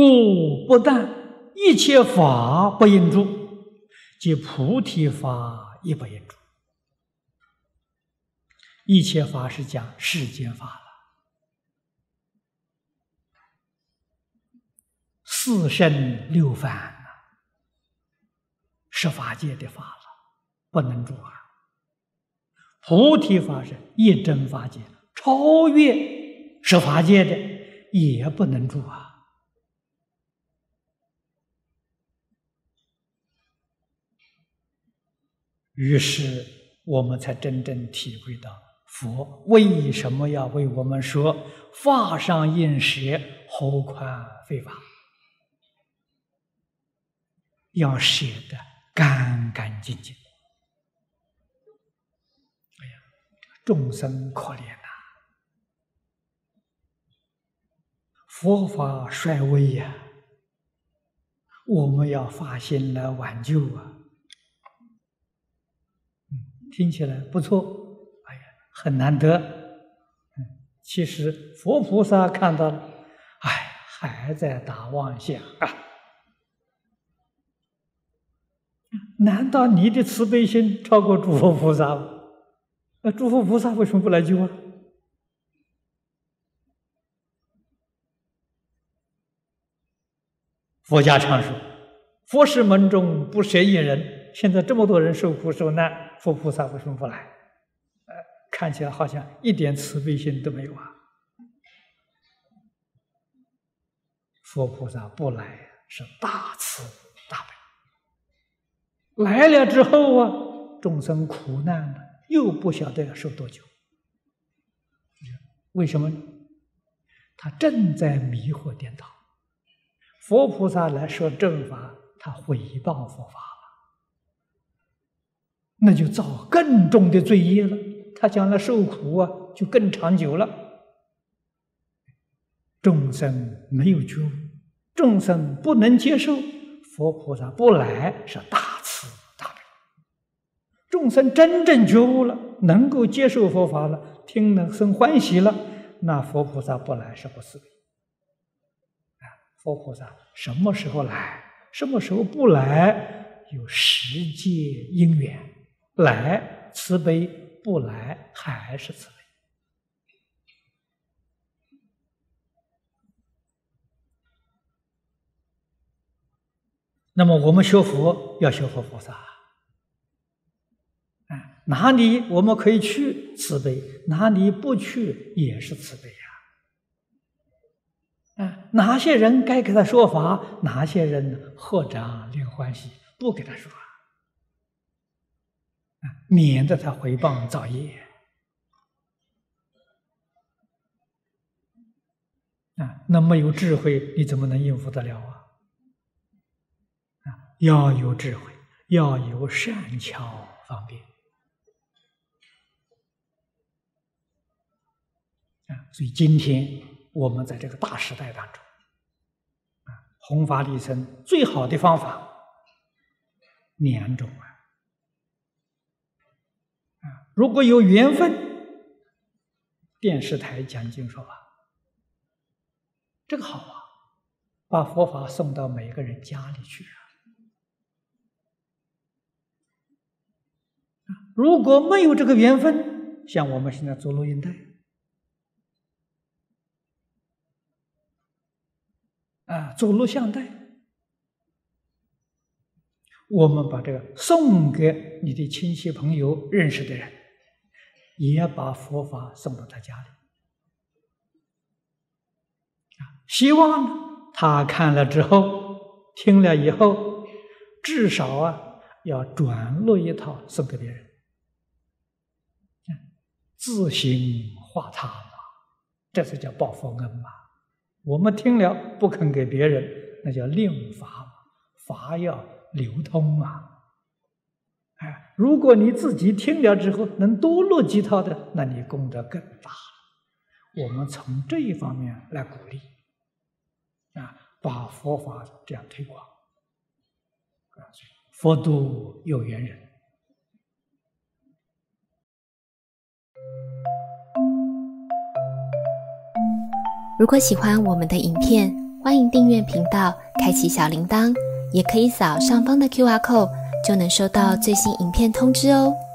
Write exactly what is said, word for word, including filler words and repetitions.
故不但一切法不应住，即菩提法亦不应住。一切法是讲世间法了，四圣六凡啊，十法界的法了，不能住啊。菩提法是一真法界，超越十法界的，也不能住啊。于是我们才真正体会到佛为什么要为我们说法上应舍，何况非法，要舍得干干净净。哎呀，众生可怜呐、啊，佛法衰微呀、啊，我们要发心来挽救啊。听起来不错，哎呀，很难得。嗯，其实佛菩萨看到了，哎，还在打妄想啊！难道你的慈悲心超过诸佛菩萨吗？那诸佛菩萨为什么不来救啊？佛家常说，佛事门中不舍一人。现在这么多人受苦受难，佛菩萨为什么不来？呃，看起来好像一点慈悲心都没有啊！佛菩萨不来是大慈大悲，来了之后啊，众生苦难了，又不晓得要受多久。为什么呢？他正在迷惑颠倒。佛菩萨来说正法，他毁谤佛法，那就造更重的罪业了，他将来受苦啊，就更长久了。众生没有觉悟，众生不能接受，佛菩萨不来是大慈大悲。众生真正觉悟了，能够接受佛法了，听了生欢喜了，那佛菩萨不来是不慈悲。佛菩萨什么时候来，什么时候不来，有时界因缘。来慈悲，不来还是慈悲。那么我们学佛要学佛菩萨啊，哪里我们可以去慈悲，哪里不去也是慈悲呀、啊。啊，哪些人该给他说法，哪些人合掌令欢喜，不给他说。免得他回谤造业啊！那没有智慧，你怎么能应付得了啊？啊，要有智慧，要有善巧方便啊！所以今天我们在这个大时代当中啊，弘法利生最好的方法两种啊。如果有缘分，电视台讲经说法，这个好啊，把佛法送到每个人家里去啊。如果没有这个缘分，像我们现在做录音带啊，做录像带，我们把这个送给你的亲戚朋友认识的人，也把佛法送到他家里希望他看了之后，听了以后，至少啊要转录一套送给别人，自行化他嘛，这才叫报佛恩嘛。我们听了不肯给别人，那叫令法，法要流通啊。哎，如果你自己听了之后能多录几套的，那你功德更大了。我们从这一方面来鼓励啊，把佛法这样推广啊，佛度有缘人。 如果喜欢我们的影片， 欢迎订阅频道，开启小铃铛，也可以扫上方的 Q R code， 就能收到最新影片通知哦。